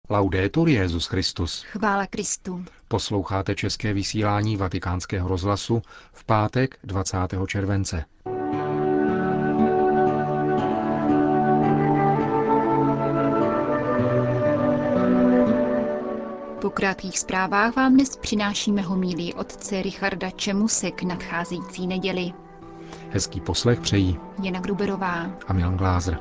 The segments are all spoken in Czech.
Laudetur Jesus Christus. Chvála Kristu. Posloucháte české vysílání Vatikánského rozhlasu v pátek 20. července. Po krátkých zprávách vám dnes přinášíme homílii otce Richarda Čemuse k nadcházející neděli. Hezký poslech přejí Jana Gruberová a Milan Glázer.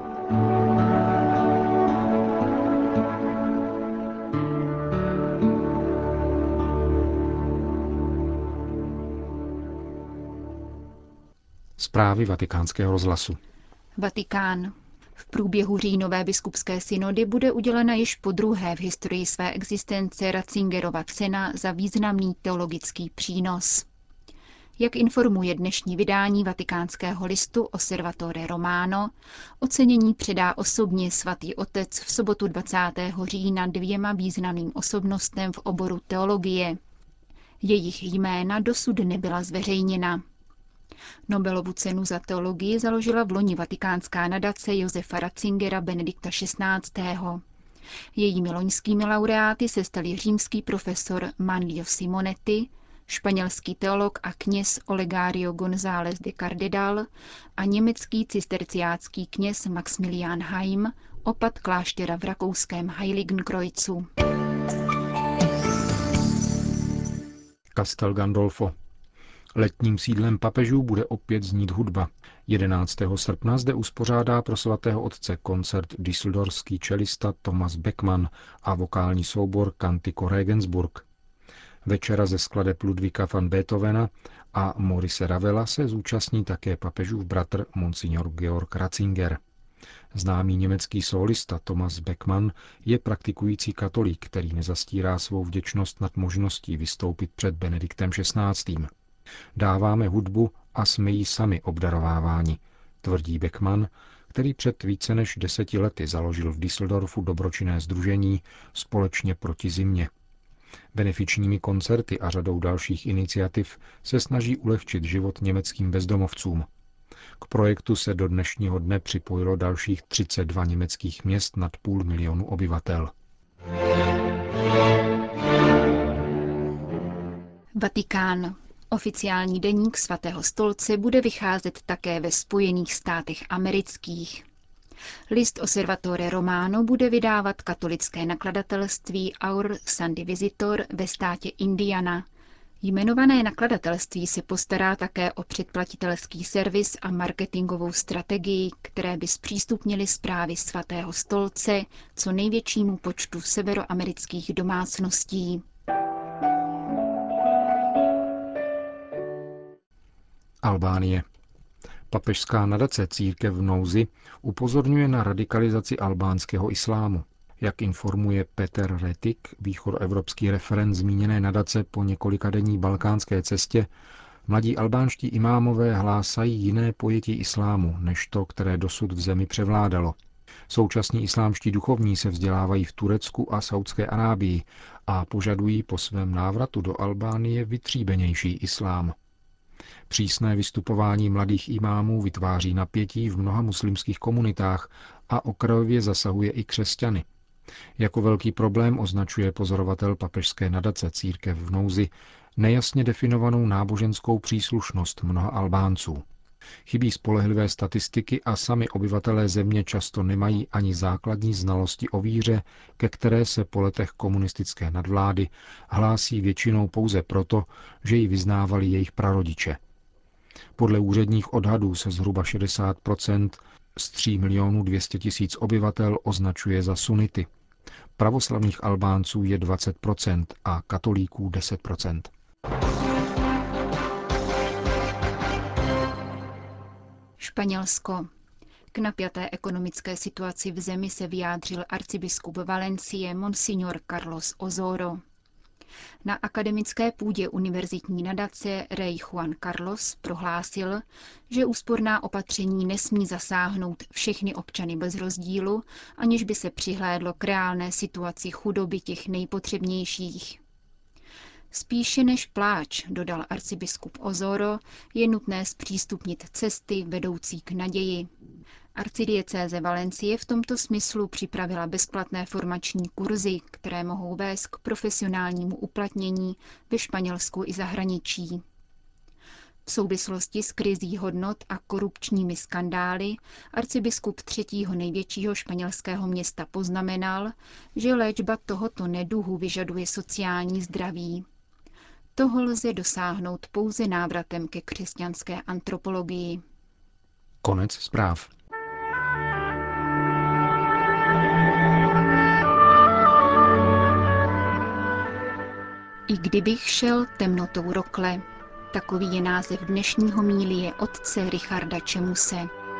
Zprávy Vatikánského rozhlasu. Vatikán. V průběhu říjnové biskupské synody bude udělena již podruhé v historii své existence Ratzingerova cena za významný teologický přínos. Jak informuje dnešní vydání vatikánského listu Osservatore Romano, ocenění předá osobně svatý otec v sobotu 20. října dvěma významným osobnostem v oboru teologie. Jejich jména dosud nebyla zveřejněna. Nobelovu cenu za teologii založila v loni vatikánská nadace Josefa Ratzingera Benedikta XVI. Jejími loňskými laureáty se stali římský profesor Manlio Simonetti, španělský teolog a kněz Olegario González de Cardedal a německý cisterciácký kněz Maxmilian Heim, opat kláštera v rakouském Heiligenkreuzu. Castel Gandolfo. Letním sídlem papežů bude opět znít hudba. 11. srpna zde uspořádá pro svatého otce koncert düsseldorský čelista Thomas Beckmann a vokální soubor Cantico Regensburg. Večera ze skladeb Ludvíka van Beethovena a Maurice Ravela se zúčastní také papežův bratr Monsignor Georg Ratzinger. Známý německý sólista Thomas Beckmann je praktikující katolík, který nezastírá svou vděčnost nad možností vystoupit před Benediktem XVI. Dáváme hudbu a jsme jí sami obdarováváni, tvrdí Beckmann, který před více než 10 lety založil v Düsseldorfu dobročinné sdružení Společně proti zimě. Benefičními koncerty a řadou dalších iniciativ se snaží ulehčit život německým bezdomovcům. K projektu se do dnešního dne připojilo dalších 32 německých měst nad 500 000 obyvatel. Vatikán. Oficiální deník svatého stolce bude vycházet také ve Spojených státech amerických. List Osservatore Romano bude vydávat katolické nakladatelství Our Sunday Visitor ve státě Indiana. Jmenované nakladatelství se postará také o předplatitelský servis a marketingovou strategii, které by zpřístupnily zprávy svatého stolce co největšímu počtu severoamerických domácností. Albánie. Papežská nadace Církev v nouzi upozorňuje na radikalizaci albánského islámu. Jak informuje Peter Retik, východoevropský referent zmíněné nadace po několikadenní balkánské cestě, mladí albánští imámové hlásají jiné pojetí islámu, než to, které dosud v zemi převládalo. Současní islámští duchovní se vzdělávají v Turecku a Saudské Arábii a požadují po svém návratu do Albánie vytříbenější islám. Přísné vystupování mladých imámů vytváří napětí v mnoha muslimských komunitách a okrajově zasahuje i křesťany. Jako velký problém označuje pozorovatel papežské nadace Církev v nouzi nejasně definovanou náboženskou příslušnost mnoha Albánců. Chybí spolehlivé statistiky a sami obyvatelé země často nemají ani základní znalosti o víře, ke které se po letech komunistické nadvlády hlásí většinou pouze proto, že ji vyznávali jejich prarodiče. Podle úředních odhadů se zhruba 60% z 3 200 000 obyvatel označuje za sunity. Pravoslavných Albánců je 20% a katolíků 10%. Španělsko. K napjaté ekonomické situaci v zemi se vyjádřil arcibiskup Valencie Monsignor Carlos Osoro. Na akademické půdě univerzitní nadace Rey Juan Carlos prohlásil, že úsporná opatření nesmí zasáhnout všechny občany bez rozdílu, aniž by se přihlédlo k reálné situaci chudoby těch nejpotřebnějších. Spíše než pláč, dodal arcibiskup Osoro, je nutné zpřístupnit cesty vedoucí k naději. Arcidiecéze Valencie v tomto smyslu připravila bezplatné formační kurzy, které mohou vést k profesionálnímu uplatnění ve Španělsku i zahraničí. V souvislosti s krizí hodnot a korupčními skandály arcibiskup třetího největšího španělského města poznamenal, že léčba tohoto neduhu vyžaduje sociální zdraví. Toho lze dosáhnout pouze návratem ke křesťanské antropologii. Konec zpráv. I kdybych šel temnotou rokle. Takový je název dnešní homilie otce Richarda Čemuse.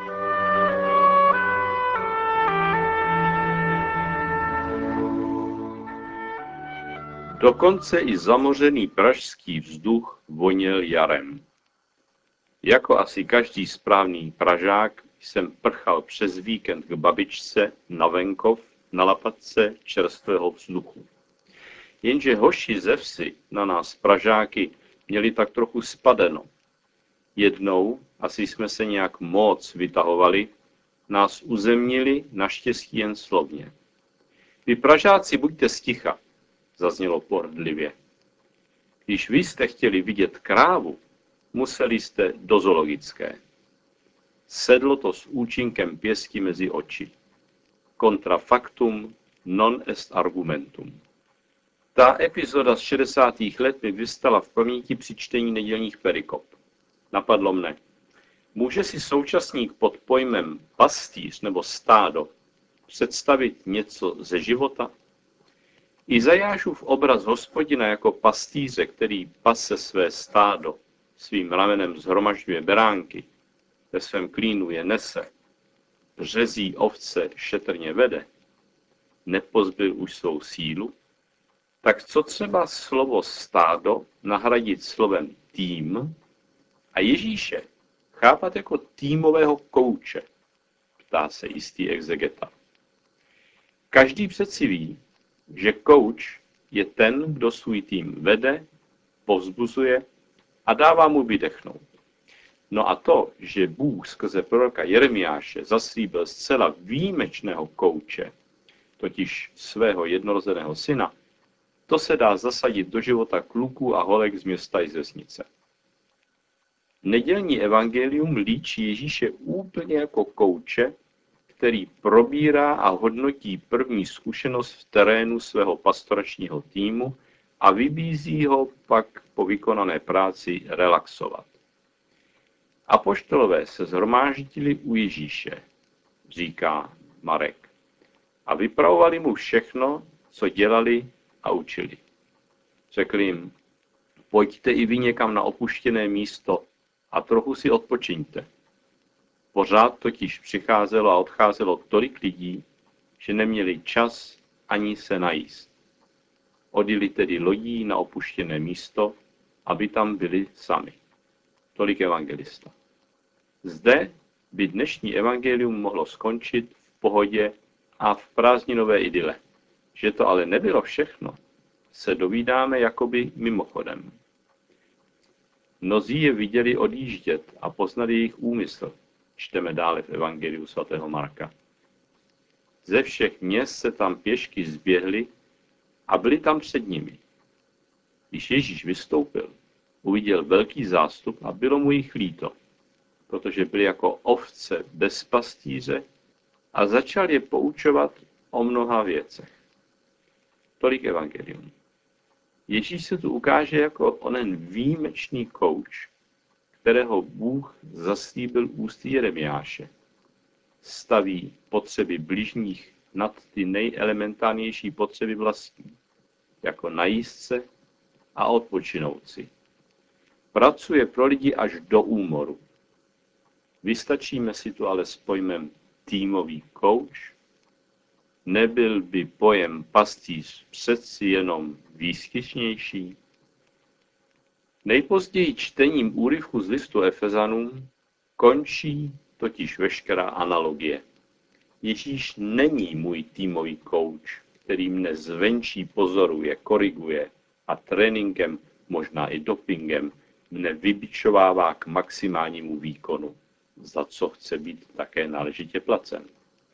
Dokonce i zamořený pražský vzduch voněl jarem. Jako asi každý správný Pražák jsem prchal přes víkend k babičce na venkov na lapatce čerstvého vzduchu. Jenže hoši ze vsi na nás Pražáky měli tak trochu spadeno. Jednou, asi jsme se nějak moc vytahovali, nás uzemnili naštěstí jen slovně. Vy Pražáci buďte sticha, zaznělo pohrdlivě. Když vy jste chtěli vidět krávu, museli jste do zoologické. Sedlo to s účinkem pěsti mezi oči. Contra factum non est argumentum. Ta epizoda z 60. let mi vystala v paměti při čtení nedělních perikop. Napadlo mne, může si současník pod pojmem pastýř nebo stádo představit něco ze života? Izajášův obraz Hospodina jako pastýře, který pase své stádo, svým ramenem shromažďuje beránky, ve svém klínu je nese, řezí ovce šetrně vede, nepozbyl už svou sílu? Tak co třeba slovo stádo nahradit slovem tým a Ježíše chápat jako týmového kouče, ptá se jistý exegeta. Každý přeci ví, že kouč je ten, kdo svůj tým vede, povzbuzuje a dává mu vydechnout. No a to, že Bůh skrze proroka Jeremiáše zaslíbil zcela výjimečného kouče, totiž svého jednorozeného syna, to se dá zasadit do života kluků a holek z města i z vesnice. Nedělní evangelium líčí Ježíše úplně jako kouče, který probírá a hodnotí první zkušenost v terénu svého pastoračního týmu a vybízí ho pak po vykonané práci relaxovat. Apoštolové se shromáždili u Ježíše, říká Marek, a vypravovali mu všechno, co dělali a učili. Řekl jim, pojďte i vy někam na opuštěné místo a trochu si odpočiňte. Pořád totiž přicházelo a odcházelo tolik lidí, že neměli čas ani se najíst. Odjeli tedy lodí na opuštěné místo, aby tam byli sami. Tolik evangelista. Zde by dnešní evangelium mohlo skončit v pohodě a v prázdninové idyle. Že to ale nebylo všechno, se dovídáme jakoby mimochodem. Mnozí je viděli odjíždět a poznali jejich úmysl, čteme dále v evangeliu svatého Marka. Ze všech měst se tam pěšky zběhli a byli tam před nimi. Když Ježíš vystoupil, uviděl velký zástup a bylo mu jich líto, protože byli jako ovce bez pastýře a začal je poučovat o mnoha věcech. Tolik evangelium. Ježíš se tu ukáže jako onen výjimečný kouč, kterého Bůh zaslíbil ústy Jeremiáše. Staví potřeby bližních nad ty nejelementárnější potřeby vlastní, jako najíst se a odpočinout si. Pracuje pro lidi až do úmoru. Vystačíme si tu ale s pojmem týmový kouč? Nebyl by pojem pastýř přeci jenom výskytnější? Nejpozději čtením úryvku z listu Efezanům končí totiž veškerá analogie. Ježíš není můj týmový kouč, který mne zvenčí pozoruje, koriguje a tréninkem, možná i dopingem, mne vybičovává k maximálnímu výkonu. za co chce být také náležitě placen.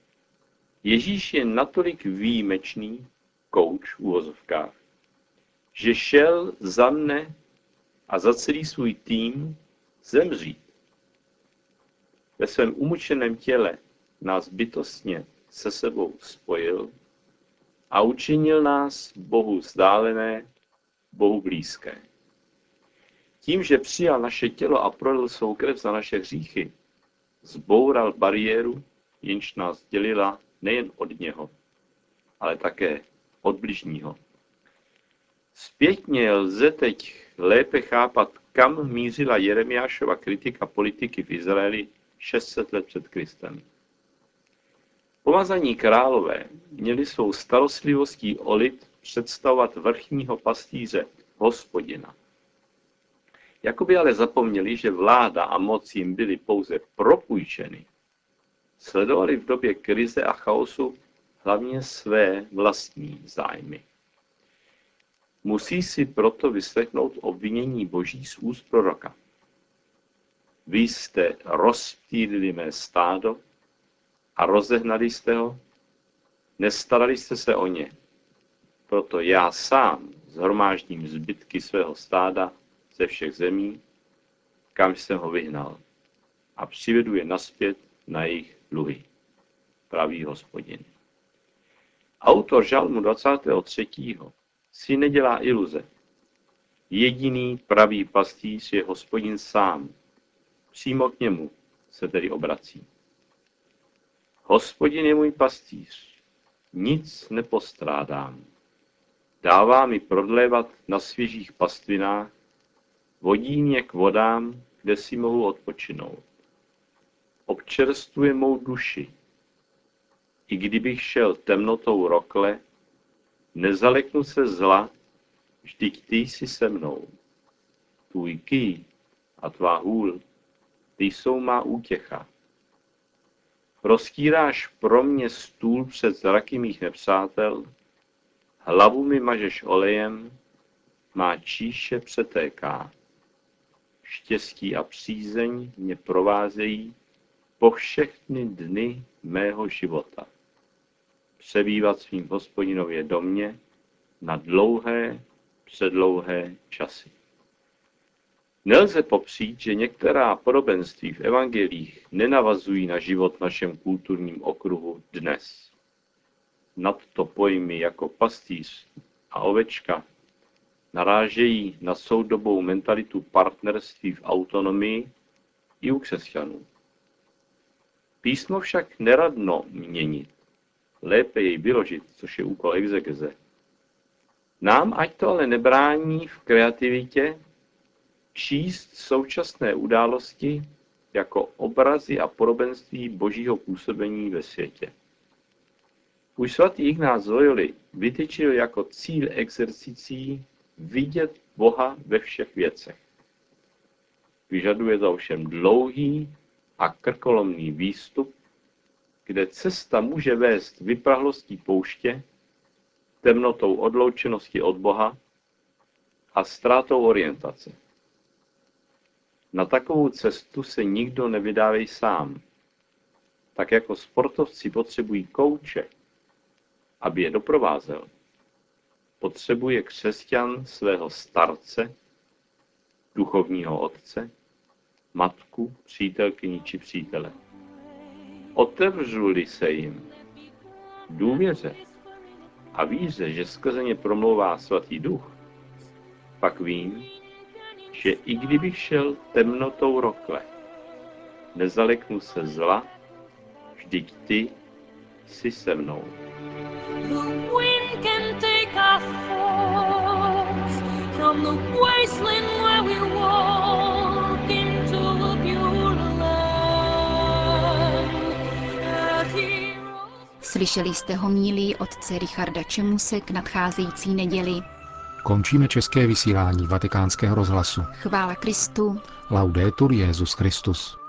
Ježíš je natolik výjimečný kouč v uvozovkách, že šel za mne a za celý svůj tým zemřít. Ve svém umučeném těle nás bytostně se sebou spojil a učinil nás Bohu vzdálené, Bohu blízké. Tím, že přijal naše tělo a prolil svou krev za naše hříchy, zboural bariéru, jenž nás dělila nejen od něho, ale také od bližního. Zpětně lze teď lépe chápat, kam mířila Jeremiášova kritika politiky v Izraeli 600 let před Kristem. Pomazaní králové měli svou starostlivostí o lid představovat vrchního pastýře, Hospodina. Jakoby ale zapomněli, že vláda a moc jim byly pouze propůjčeny, sledovali v době krize a chaosu hlavně své vlastní zájmy. Musí si proto vyslechnout obvinění Boží z úst proroka. Vy jste rozptýlili mé stádo a rozehnali jste ho, nestarali jste se o ně. Proto já sám shromáždím zbytky svého stáda ze všech zemí, kam jsem ho vyhnal, a přivedu je nazpět na jejich dluhy, praví Hospodin. Autor žalmu 23. si nedělá iluze. Jediný pravý pastýř je Hospodin sám. Přímo k němu se tedy obrací. Hospodin je můj pastýř, nic nepostrádám. Dává mi prodlévat na svěžích pastvinách, vodí mě k vodám, kde si mohu odpočinout. Občerstvuje mou duši. I kdybych šel temnotou rokle, nezaleknu se zla, vždyť ty jsi se mnou. Tvůj kýj a tvá hůl, ty jsou má útěcha. Roztíráš pro mě stůl před zraky mých nepřátel, hlavu mi mažeš olejem, má číše přetéká. Štěstí a přízeň mě provázejí po všechny dny mého života. Přebývat svým Hospodinově domě na dlouhé, předlouhé časy. Nelze popřít, že některá podobenství v evangelích nenavazují na život v našem kulturním okruhu dnes. Nadto pojmy jako pastýř a ovečka narážejí na soudobou mentalitu partnerství v autonomii i u křesťanů. Písmo však neradno měnit, lépe jej vyložit, což je úkol exegeze. Nám ať to ale nebrání v kreativitě číst současné události jako obrazy a podobenství Božího působení ve světě. Už svatý Ignác Loyoli vytyčil jako cíl exercicí vidět Boha ve všech věcech. Vyžaduje to ovšem dlouhý a krkolomný výstup, kde cesta může vést vyprahlostí pouště, temnotou odloučenosti od Boha a ztrátou orientace. Na takovou cestu se nikdo nevydávej sám. Tak jako sportovci potřebují kouče, aby je doprovázel, potřebuje křesťan svého starce, duchovního otce, matku, přítelkyni či přítele. Otevřu-li se jim důvěře a víře, že skrze ně promlouvá svatý duch, pak vím, že i kdybych šel temnotou rokle, nezaleknu se zla, vždyť ty jsi se mnou. Slyšeli jste homílii otce Richarda Čemuse k nadcházející neděli. Končíme české vysílání Vatikánského rozhlasu. Chvála Kristu. Laudetur Jesus Christus.